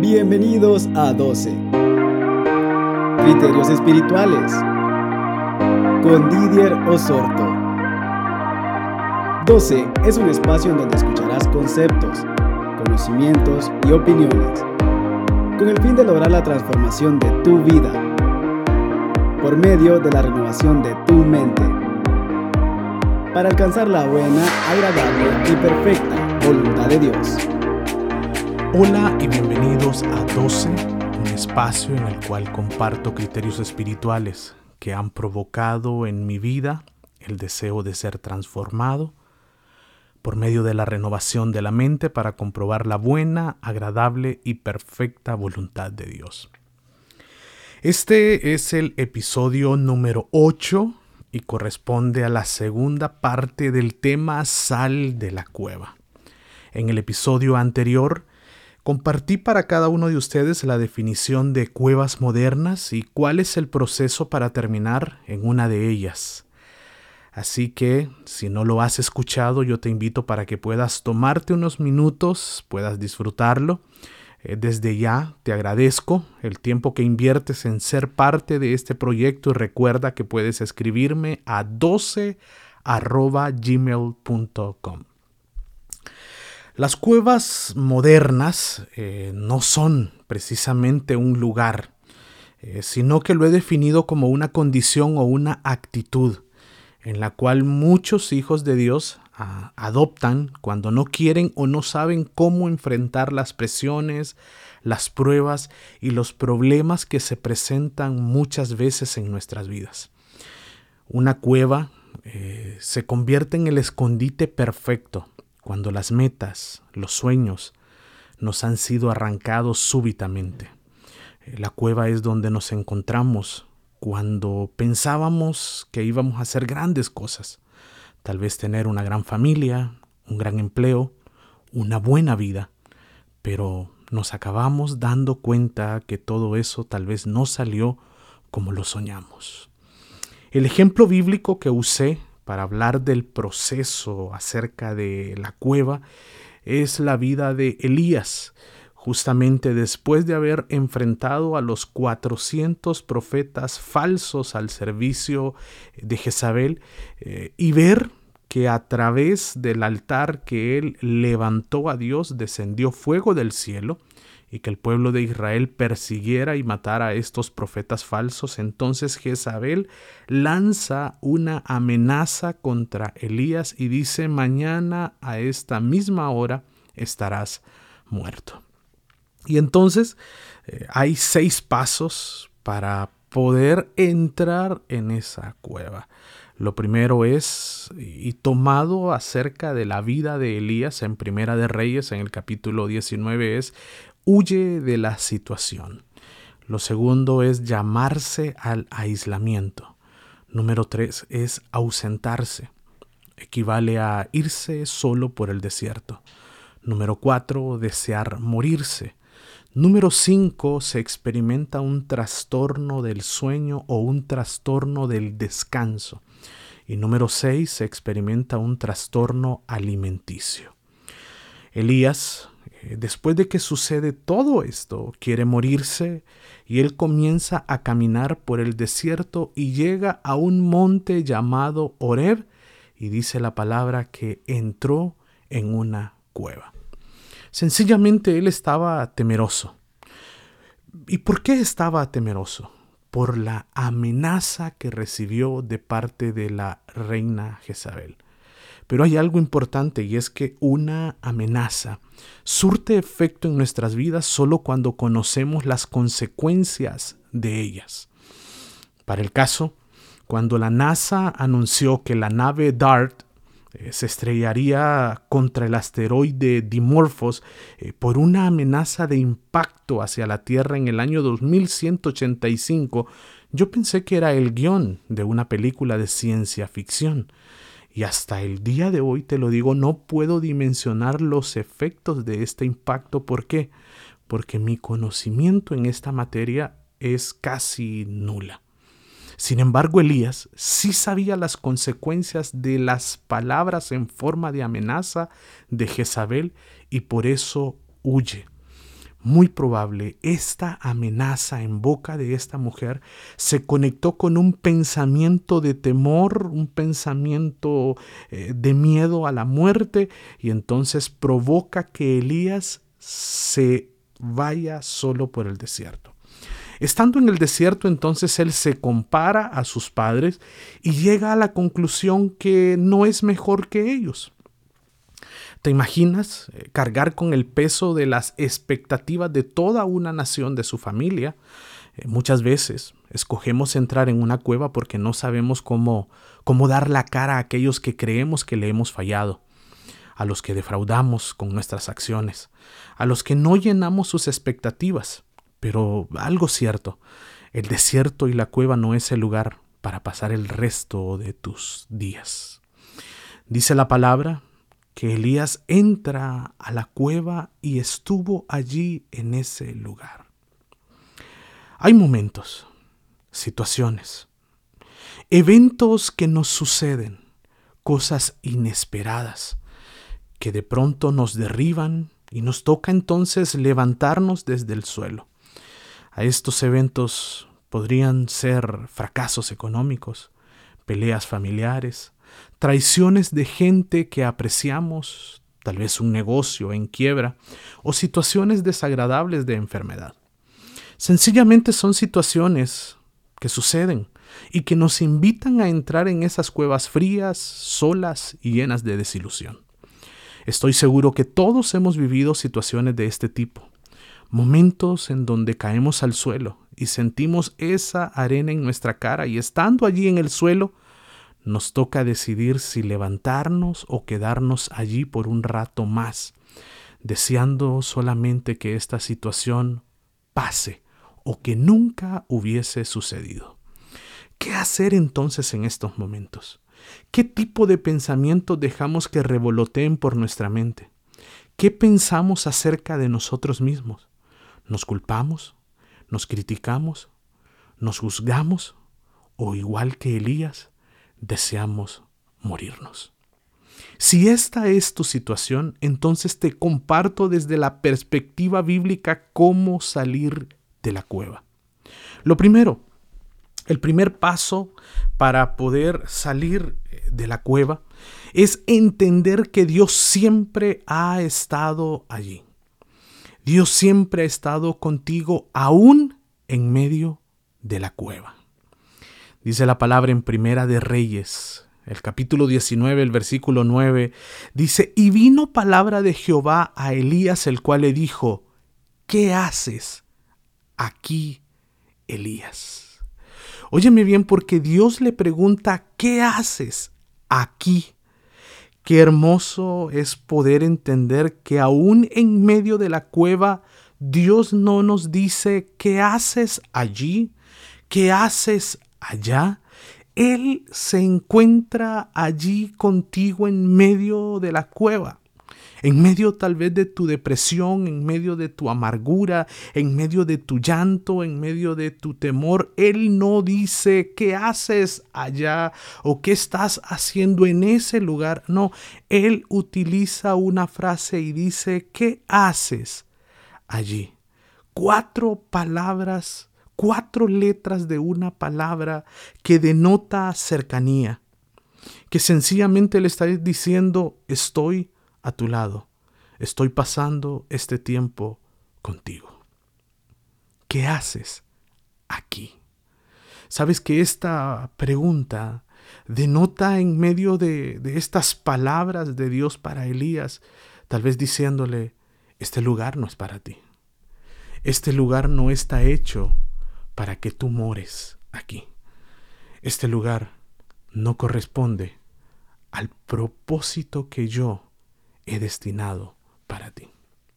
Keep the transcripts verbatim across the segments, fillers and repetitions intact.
Bienvenidos a doce Criterios Espirituales con Didier Osorto. doce es un espacio en donde escucharás conceptos, conocimientos y opiniones, con el fin de lograr la transformación de tu vida, por medio de la renovación de tu mente, para alcanzar la buena, agradable y perfecta voluntad de Dios. Hola y bienvenidos a doce, un espacio en el cual comparto criterios espirituales que han provocado en mi vida el deseo de ser transformado por medio de la renovación de la mente para comprobar la buena, agradable y perfecta voluntad de Dios. Este es el episodio número ocho y corresponde a la segunda parte del tema Sal de la Cueva. En el episodio anterior compartí para cada uno de ustedes la definición de cuevas modernas y cuál es el proceso para terminar en una de ellas. Así que, si no lo has escuchado, yo te invito para que puedas tomarte unos minutos, puedas disfrutarlo. Eh, desde ya te agradezco el tiempo que inviertes en ser parte de este proyecto y recuerda que puedes escribirme a doce arroba gmail punto com. Las cuevas modernas eh, no son precisamente un lugar, eh, sino que lo he definido como una condición o una actitud en la cual muchos hijos de Dios a, adoptan cuando no quieren o no saben cómo enfrentar las presiones, las pruebas y los problemas que se presentan muchas veces en nuestras vidas. Una cueva eh, se convierte en el escondite perfecto cuando las metas, los sueños, nos han sido arrancados súbitamente. La cueva es donde nos encontramos cuando pensábamos que íbamos a hacer grandes cosas. Tal vez tener una gran familia, un gran empleo, una buena vida. Pero nos acabamos dando cuenta que todo eso tal vez no salió como lo soñamos. El ejemplo bíblico que usé para hablar del proceso acerca de la cueva es la vida de Elías, justamente después de haber enfrentado a los cuatrocientos profetas falsos al servicio de Jezabel eh, y ver que a través del altar que él levantó a Dios descendió fuego del cielo y que el pueblo de Israel persiguiera y matara a estos profetas falsos. Entonces Jezabel lanza una amenaza contra Elías y dice: mañana a esta misma hora estarás muerto. Y entonces eh, hay seis pasos para poder entrar en esa cueva. Lo primero es, y tomado acerca de la vida de Elías en Primera de Reyes, en el capítulo diecinueve, es huye de la situación. Lo segundo es llamarse al aislamiento. Número tres es ausentarse. Equivale a irse solo por el desierto. Número cuatro, desear morirse. Número cinco, se experimenta un trastorno del sueño o un trastorno del descanso. Y número seis, se experimenta un trastorno alimenticio. Elías, eh, después de que sucede todo esto, quiere morirse y él comienza a caminar por el desierto y llega a un monte llamado Horeb y dice la palabra que entró en una cueva. Sencillamente él estaba temeroso. ¿Y por qué estaba temeroso? Por la amenaza que recibió de parte de la reina Jezabel. Pero hay algo importante y es que una amenaza surte efecto en nuestras vidas solo cuando conocemos las consecuencias de ellas. Para el caso, cuando la NASA anunció que la nave DART eh, se estrellaría contra el asteroide Dimorphos eh, por una amenaza de impacto hacia la Tierra en el año dos mil ciento ochenta y cinco, yo pensé que era el guión de una película de ciencia ficción. Y hasta el día de hoy, te lo digo, no puedo dimensionar los efectos de este impacto. ¿Por qué? Porque mi conocimiento en esta materia es casi nula. Sin embargo, Elías sí sabía las consecuencias de las palabras en forma de amenaza de Jezabel y por eso huye. muy probable, esta amenaza en boca de esta mujer se conectó con un pensamiento de temor, un pensamiento eh, de miedo a la muerte, y entonces provoca que Elías se vaya solo por el desierto. Estando en el desierto, entonces él se compara a sus padres y llega a la conclusión que no es mejor que ellos. ¿Te imaginas eh, cargar con el peso de las expectativas de toda una nación, de su familia? Eh, muchas veces escogemos entrar en una cueva porque no sabemos cómo, cómo dar la cara a aquellos que creemos que le hemos fallado, a los que defraudamos con nuestras acciones, a los que no llenamos sus expectativas. Pero algo cierto, el desierto y la cueva no es el lugar para pasar el resto de tus días. Dice la palabra que Elías entra a la cueva y estuvo allí en ese lugar. Hay momentos, situaciones, eventos que nos suceden, cosas inesperadas, que de pronto nos derriban y nos toca entonces levantarnos desde el suelo. A estos eventos podrían ser fracasos económicos, peleas familiares, traiciones de gente que apreciamos, tal vez un negocio en quiebra o situaciones desagradables de enfermedad. Sencillamente son situaciones que suceden y que nos invitan a entrar en esas cuevas frías, solas y llenas de desilusión. Estoy seguro que todos hemos vivido situaciones de este tipo. Momentos en donde caemos al suelo y sentimos esa arena en nuestra cara, y estando allí en el suelo nos toca decidir si levantarnos o quedarnos allí por un rato más, deseando solamente que esta situación pase o que nunca hubiese sucedido. ¿Qué hacer entonces en estos momentos? ¿Qué tipo de pensamientos dejamos que revoloteen por nuestra mente? ¿Qué pensamos acerca de nosotros mismos? ¿Nos culpamos? ¿Nos criticamos? ¿Nos juzgamos? ¿O igual que Elías, deseamos morirnos? Si esta es tu situación, entonces te comparto desde la perspectiva bíblica cómo salir de la cueva. Lo primero, el primer paso para poder salir de la cueva es entender que Dios siempre ha estado allí. Dios siempre ha estado contigo aún en medio de la cueva. Dice la palabra en Primera de Reyes, el capítulo diecinueve, el versículo nueve, dice: y vino palabra de Jehová a Elías, el cual le dijo: ¿qué haces aquí, Elías? Óyeme bien, porque Dios le pregunta: ¿qué haces aquí? Qué hermoso es poder entender que aún en medio de la cueva, Dios no nos dice: ¿qué haces allí? ¿Qué haces allá? Él se encuentra allí contigo en medio de la cueva. En medio tal vez de tu depresión, en medio de tu amargura, en medio de tu llanto, en medio de tu temor, Él no dice: ¿qué haces allá? ¿O qué estás haciendo en ese lugar? No, Él utiliza una frase y dice: ¿qué haces allí? Cuatro palabras, cuatro letras de una palabra que denota cercanía, que sencillamente le está diciendo: estoy a tu lado, estoy pasando este tiempo contigo. ¿Qué haces aquí? Sabes que esta pregunta denota en medio de, de estas palabras de Dios para Elías, tal vez diciéndole: este lugar no es para ti. Este lugar no está hecho para que tú mores aquí. Este lugar no corresponde al propósito que yo he destinado para ti.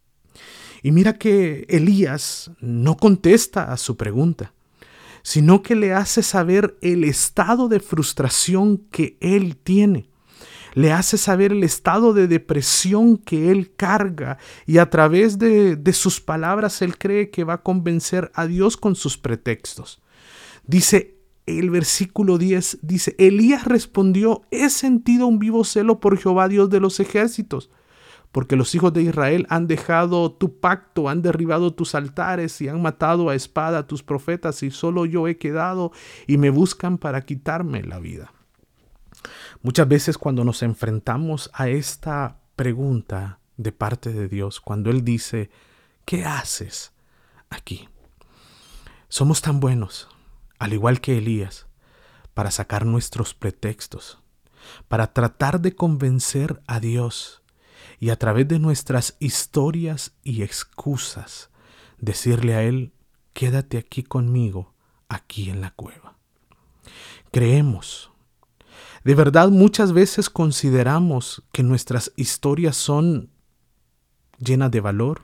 Y mira que Elías no contesta a su pregunta, sino que le hace saber el estado de frustración que él tiene. Le hace saber el estado de depresión que él carga, y a través de, de sus palabras él cree que va a convencer a Dios con sus pretextos. Dice el versículo diez, dice: Elías respondió: he sentido un vivo celo por Jehová, Dios de los ejércitos, porque los hijos de Israel han dejado tu pacto, han derribado tus altares y han matado a espada a tus profetas, y solo yo he quedado y me buscan para quitarme la vida. Muchas veces cuando nos enfrentamos a esta pregunta de parte de Dios, cuando Él dice, ¿qué haces aquí? Somos tan buenos, al igual que Elías, para sacar nuestros pretextos, para tratar de convencer a Dios y a través de nuestras historias y excusas decirle a Él, quédate aquí conmigo, aquí en la cueva. Creemos, de verdad muchas veces consideramos que nuestras historias son llenas de valor,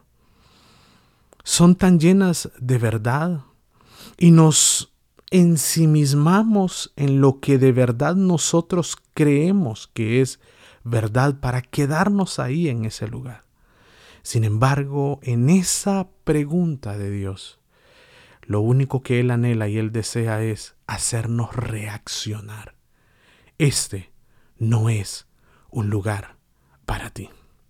son tan llenas de verdad y nos ensimismamos en lo que de verdad nosotros creemos que es verdad para quedarnos ahí en ese lugar. Sin embargo, en esa pregunta de Dios, lo único que Él anhela y Él desea es hacernos reaccionar. Este no es un lugar para ti.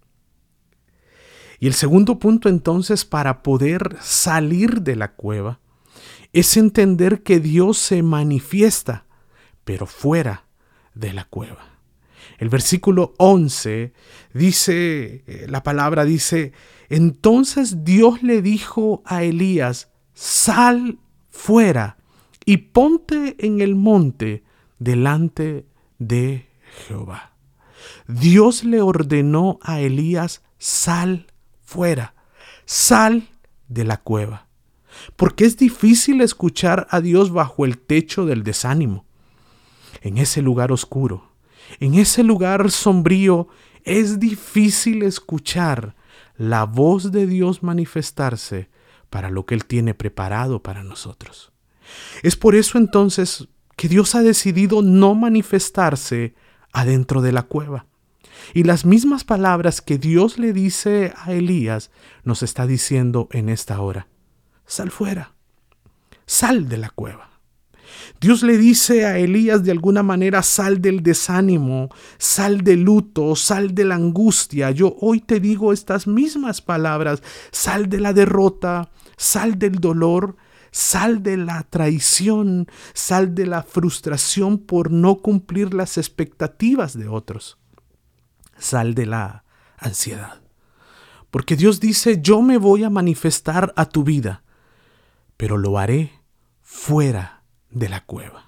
Y el segundo punto entonces para poder salir de la cueva es entender que Dios se manifiesta, pero fuera de la cueva. El versículo once dice, la palabra dice, entonces Dios le dijo a Elías, sal fuera y ponte en el monte delante de Jehová. Dios le ordenó a Elías, sal fuera, sal de la cueva. Porque es difícil escuchar a Dios bajo el techo del desánimo. En ese lugar oscuro, en ese lugar sombrío, es difícil escuchar la voz de Dios manifestarse para lo que Él tiene preparado para nosotros. Es por eso entonces que Dios ha decidido no manifestarse adentro de la cueva. Y las mismas palabras que Dios le dice a Elías nos está diciendo en esta hora. Sal fuera, sal de la cueva. Dios le dice a Elías de alguna manera, sal del desánimo, sal del luto, sal de la angustia. Yo hoy te digo estas mismas palabras, sal de la derrota, sal del dolor, sal de la traición, sal de la frustración por no cumplir las expectativas de otros. Sal de la ansiedad. Porque Dios dice, yo me voy a manifestar a tu vida, pero lo haré fuera de la cueva.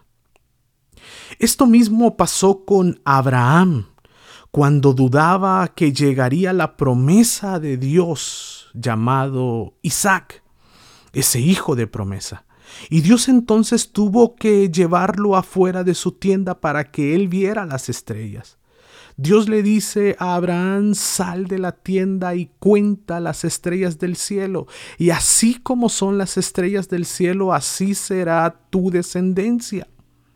Esto mismo pasó con Abraham, cuando dudaba que llegaría la promesa de Dios llamado Isaac, ese hijo de promesa. Y Dios entonces tuvo que llevarlo afuera de su tienda para que él viera las estrellas. Dios le dice a Abraham, sal de la tienda y cuenta las estrellas del cielo. Y así como son las estrellas del cielo, así será tu descendencia.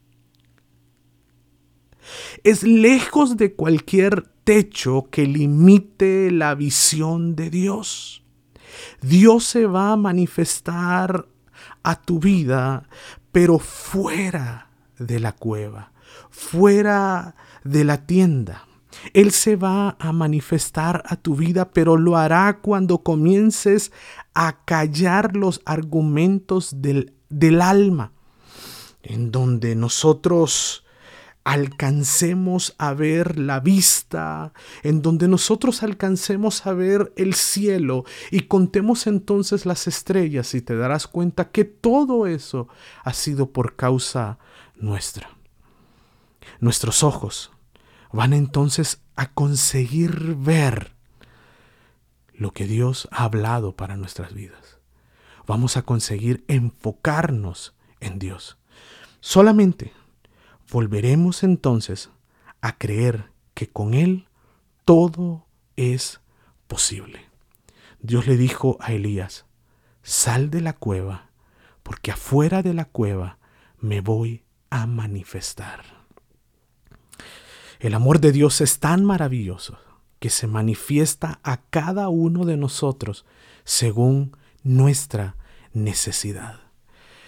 Es lejos de cualquier techo que limite la visión de Dios. Dios se va a manifestar a tu vida, pero fuera de la cueva, fuera de la tienda. Él se va a manifestar a tu vida, pero lo hará cuando comiences a callar los argumentos del, del alma, en donde nosotros alcancemos a ver la vista, en donde nosotros alcancemos a ver el cielo y contemos entonces las estrellas, y te darás cuenta que todo eso ha sido por causa nuestra. Nuestros ojos van entonces a conseguir ver lo que Dios ha hablado para nuestras vidas. Vamos a conseguir enfocarnos en Dios. Solamente volveremos entonces a creer que con Él todo es posible. Dios le dijo a Elías, sal de la cueva, porque afuera de la cueva me voy a manifestar. El amor de Dios es tan maravilloso que se manifiesta a cada uno de nosotros según nuestra necesidad.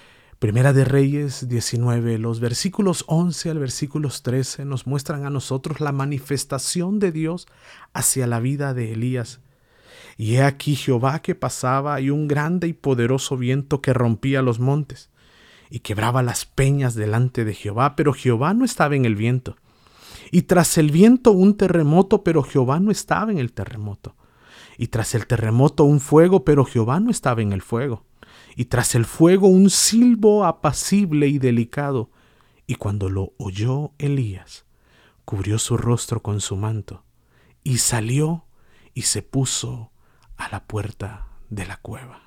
Primera de Reyes diecinueve, los versículos once al versículos trece nos muestran a nosotros la manifestación de Dios hacia la vida de Elías. Y he aquí Jehová que pasaba, y un grande y poderoso viento que rompía los montes y quebraba las peñas delante de Jehová, pero Jehová no estaba en el viento. Y tras el viento un terremoto, pero Jehová no estaba en el terremoto. Y tras el terremoto un fuego, pero Jehová no estaba en el fuego. Y tras el fuego un silbo apacible y delicado. Y cuando lo oyó Elías, cubrió su rostro con su manto, y salió y se puso a la puerta de la cueva.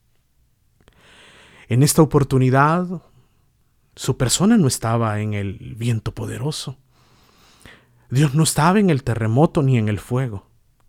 En esta oportunidad, su persona no estaba en el viento poderoso. Dios no estaba en el terremoto ni en el fuego.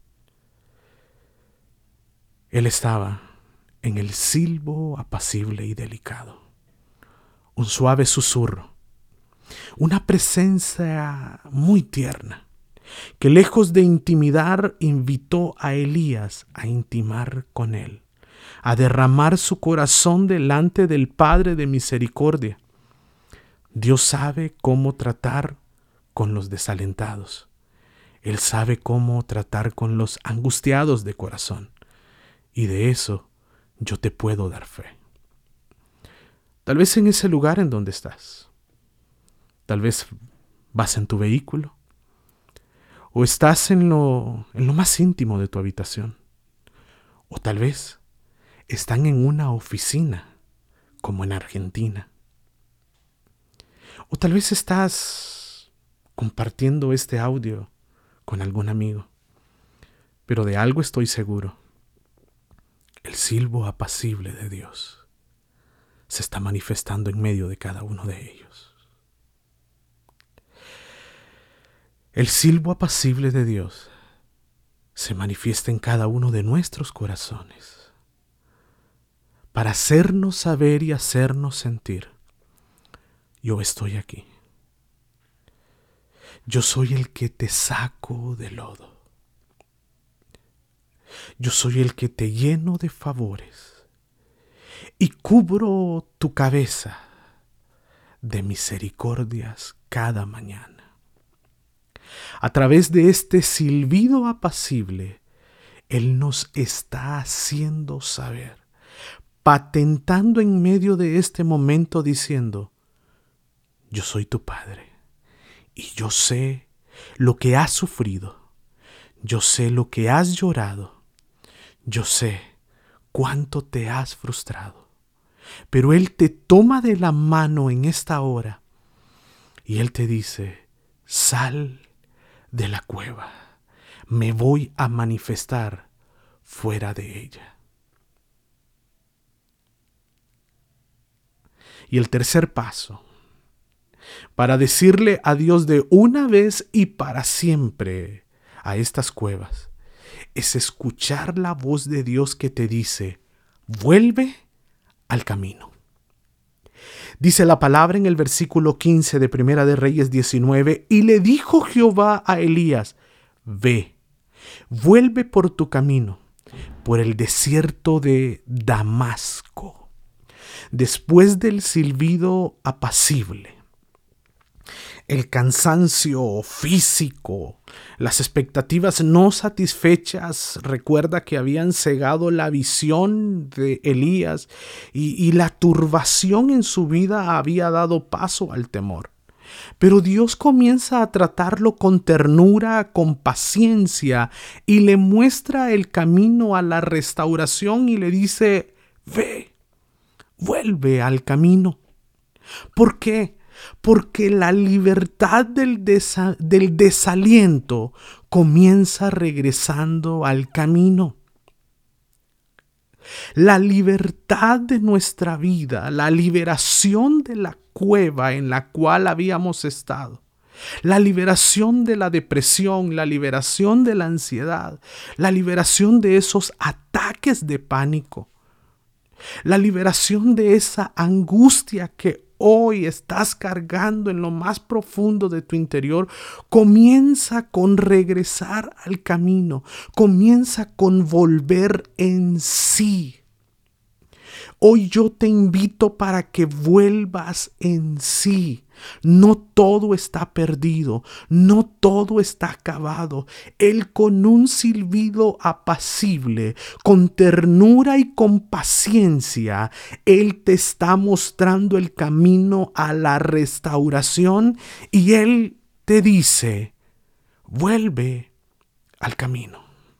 Él estaba en el silbo apacible y delicado, un suave susurro, una presencia muy tierna, que lejos de intimidar, invitó a Elías a intimar con él, a derramar su corazón delante del Padre de misericordia. Dios sabe cómo tratar con los desalentados. Él sabe cómo tratar con los angustiados de corazón. Y de eso yo te puedo dar fe. Tal vez en ese lugar en donde estás. Tal vez vas en tu vehículo. O estás en lo, en lo más íntimo de tu habitación. O tal vez están en una oficina, como en Argentina. O tal vez estás compartiendo este audio con algún amigo. Pero de algo estoy seguro. El silbo apacible de Dios se está manifestando en medio de cada uno de ellos. El silbo apacible de Dios se manifiesta en cada uno de nuestros corazones para hacernos saber y hacernos sentir: yo estoy aquí. Yo soy el que te saco del lodo. Yo soy el que te lleno de favores y cubro tu cabeza de misericordias cada mañana. A través de este silbido apacible, Él nos está haciendo saber, patentando en medio de este momento, diciendo: yo soy tu Padre y yo sé lo que has sufrido, yo sé lo que has llorado, yo sé cuánto te has frustrado, pero Él te toma de la mano en esta hora y Él te dice: sal de la cueva, me voy a manifestar fuera de ella. Y el tercer paso, para decirle adiós de una vez y para siempre a estas cuevas, es escuchar la voz de Dios que te dice: vuelve al camino. Dice la palabra en el versículo quince de Primera de Reyes diecinueve: y le dijo Jehová a Elías: ve, vuelve por tu camino, por el desierto de Damasco. Después del silbido apacible, el cansancio físico, las expectativas no satisfechas, recuerda que habían cegado la visión de Elías y, y la turbación en su vida había dado paso al temor. Pero Dios comienza a tratarlo con ternura, con paciencia, y le muestra el camino a la restauración y le dice: ve, vuelve al camino. ¿Por qué? Porque la libertad del, desa- del desaliento comienza regresando al camino. La libertad de nuestra vida, la liberación de la cueva en la cual habíamos estado, la liberación de la depresión, la liberación de la ansiedad, la liberación de esos ataques de pánico, la liberación de esa angustia que hoy estás cargando en lo más profundo de tu interior, comienza con regresar al camino, comienza con volver en sí. Hoy yo te invito para que vuelvas en sí. No todo está perdido, no todo está acabado. Él con un silbido apacible, con ternura y con paciencia, Él te está mostrando el camino a la restauración y Él te dice, vuelve al camino.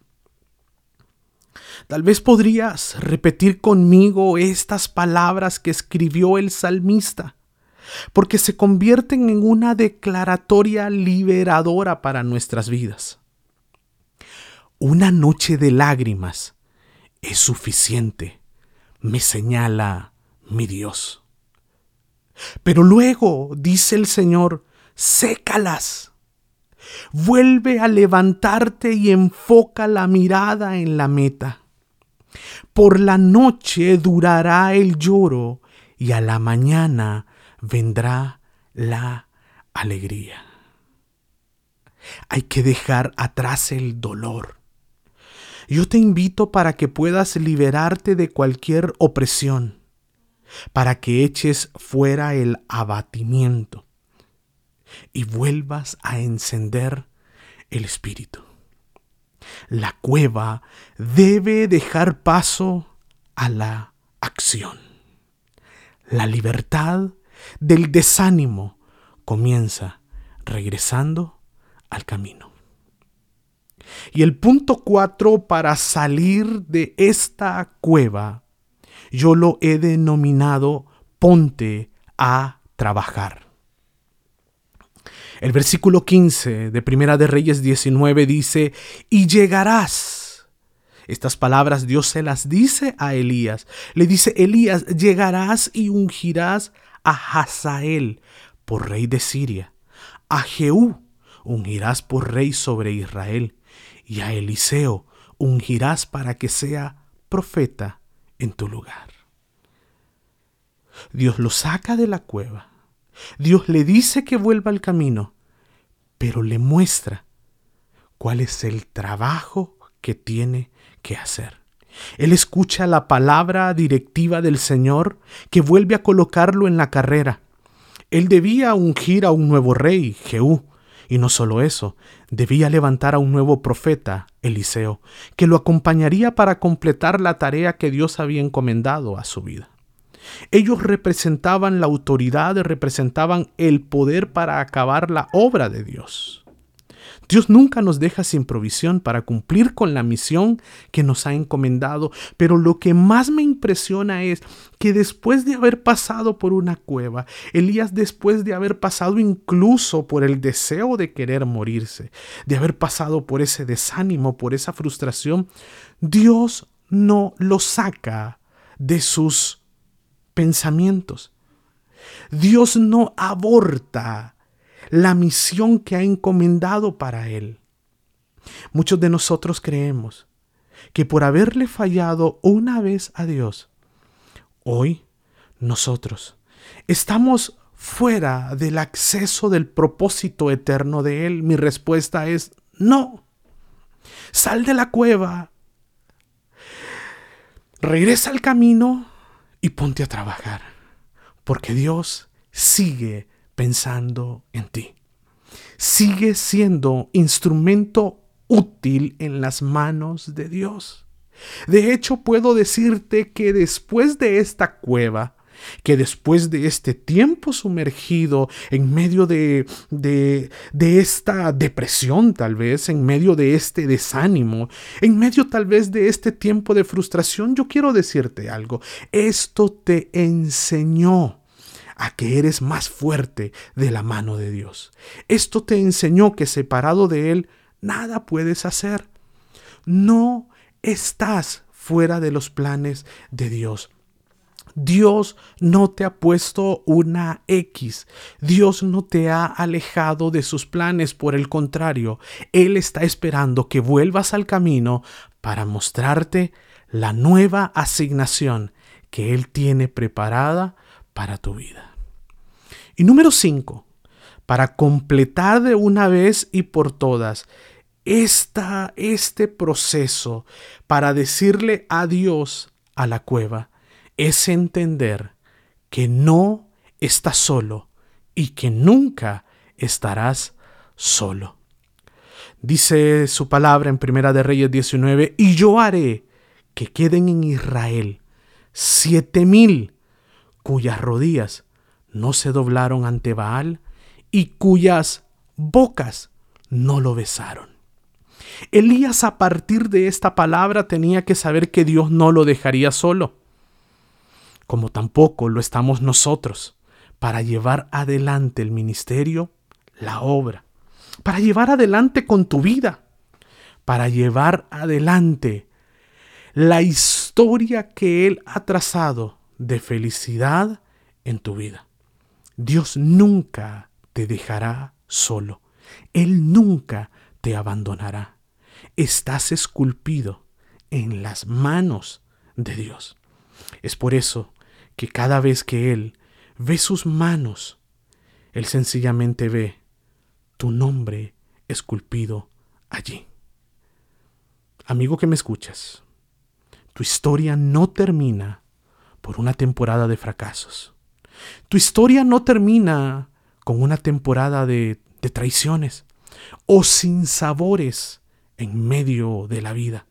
Tal vez podrías repetir conmigo estas palabras que escribió el salmista, porque se convierten en una declaratoria liberadora para nuestras vidas. Una noche de lágrimas es suficiente, me señala mi Dios. Pero luego, dice el Señor, sécalas. Vuelve a levantarte y enfoca la mirada en la meta. Por la noche durará el lloro y a la mañana vendrá la alegría. Hay que dejar atrás el dolor. Yo te invito para que puedas liberarte de cualquier opresión, para que eches fuera el abatimiento y vuelvas a encender el espíritu. La cueva debe dejar paso a la acción. La libertad del desánimo comienza regresando al camino. Y el punto cuatro para salir de esta cueva, yo lo he denominado ponte a trabajar. El versículo quince de Primera de Reyes diecinueve dice, y llegarás. Estas palabras Dios se las dice a Elías. Le dice, Elías, llegarás y ungirás a Hazael por rey de Siria. A Jehú ungirás por rey sobre Israel. Y a Eliseo ungirás para que sea profeta en tu lugar. Dios lo saca de la cueva. Dios le dice que vuelva al camino, pero le muestra cuál es el trabajo que tiene que hacer. Él escucha la palabra directiva del Señor que vuelve a colocarlo en la carrera. Él debía ungir a un nuevo rey, Jehú, y no solo eso, debía levantar a un nuevo profeta, Eliseo, que lo acompañaría para completar la tarea que Dios había encomendado a su vida. Ellos representaban la autoridad, representaban el poder para acabar la obra de Dios. Dios nunca nos deja sin provisión para cumplir con la misión que nos ha encomendado, pero lo que más me impresiona es que después de haber pasado por una cueva, Elías después de haber pasado incluso por el deseo de querer morirse, de haber pasado por ese desánimo, por esa frustración, Dios no lo saca de sus pensamientos. Dios no aborta la misión que ha encomendado para él. Muchos de nosotros creemos que por haberle fallado una vez a Dios, hoy nosotros estamos fuera del acceso del propósito eterno de Él. Mi respuesta es no. Sal de la cueva, regresa al camino y ponte a trabajar, porque Dios sigue pensando en ti. Sigue siendo instrumento útil en las manos de Dios. De hecho, puedo decirte que después de esta cueva, que después de este tiempo sumergido en medio de, de, de esta depresión, tal vez, en medio de este desánimo, en medio tal vez de este tiempo de frustración, yo quiero decirte algo. Esto te enseñó a que eres más fuerte de la mano de Dios. Esto te enseñó que separado de Él, nada puedes hacer. No estás fuera de los planes de Dios. Dios no te ha puesto una X. Dios no te ha alejado de sus planes. Por el contrario, Él está esperando que vuelvas al camino para mostrarte la nueva asignación que Él tiene preparada para tu vida. Y número cinco, para completar de una vez y por todas esta, este proceso para decirle adiós a la cueva, es entender que no estás solo y que nunca estarás solo. Dice su palabra en Primera de Reyes diecinueve, y yo haré que queden en Israel siete mil cuyas rodillas no se doblaron ante Baal y cuyas bocas no lo besaron. Elías, a partir de esta palabra, tenía que saber que Dios no lo dejaría solo, como tampoco lo estamos nosotros, para llevar adelante el ministerio, la obra, para llevar adelante con tu vida, para llevar adelante la historia que Él ha trazado de felicidad en tu vida. Dios nunca te dejará solo. Él nunca te abandonará. Estás esculpido en las manos de Dios. Es por eso que cada vez que Él ve sus manos, Él sencillamente ve tu nombre esculpido allí. Amigo que me escuchas, tu historia no termina por una temporada de fracasos. Tu historia no termina con una temporada de, de traiciones o sin sabores en medio de la vida.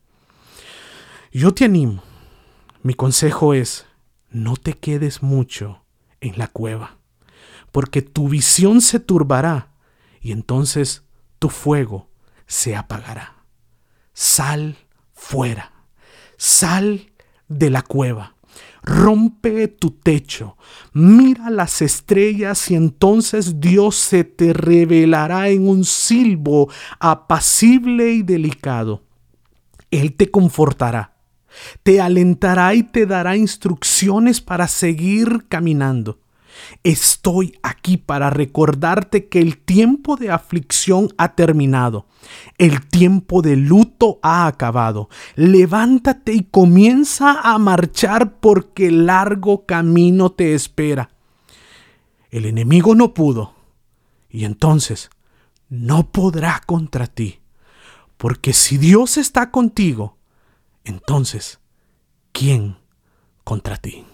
Yo te animo. Mi consejo es: no te quedes mucho en la cueva, porque tu visión se turbará y entonces tu fuego se apagará. Sal fuera, sal de la cueva, rompe tu techo, mira las estrellas y entonces Dios se te revelará en un silbo apacible y delicado. Él te confortará, te alentará y te dará instrucciones para seguir caminando. Estoy aquí para recordarte que el tiempo de aflicción ha terminado. El tiempo de luto ha acabado. Levántate y comienza a marchar porque el largo camino te espera. El enemigo no pudo y entonces no podrá contra ti. Porque si Dios está contigo, entonces, ¿quién contra ti?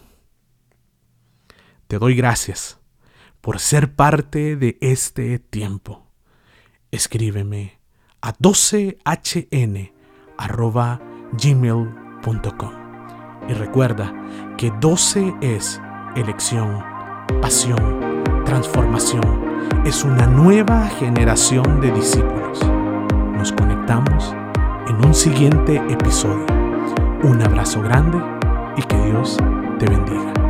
Te doy gracias por ser parte de este tiempo. Escríbeme a doce h n arroba gmail punto com y recuerda que doce es elección, pasión, transformación. Es una nueva generación de discípulos. Nos conectamos en un siguiente episodio. Un abrazo grande y que Dios te bendiga.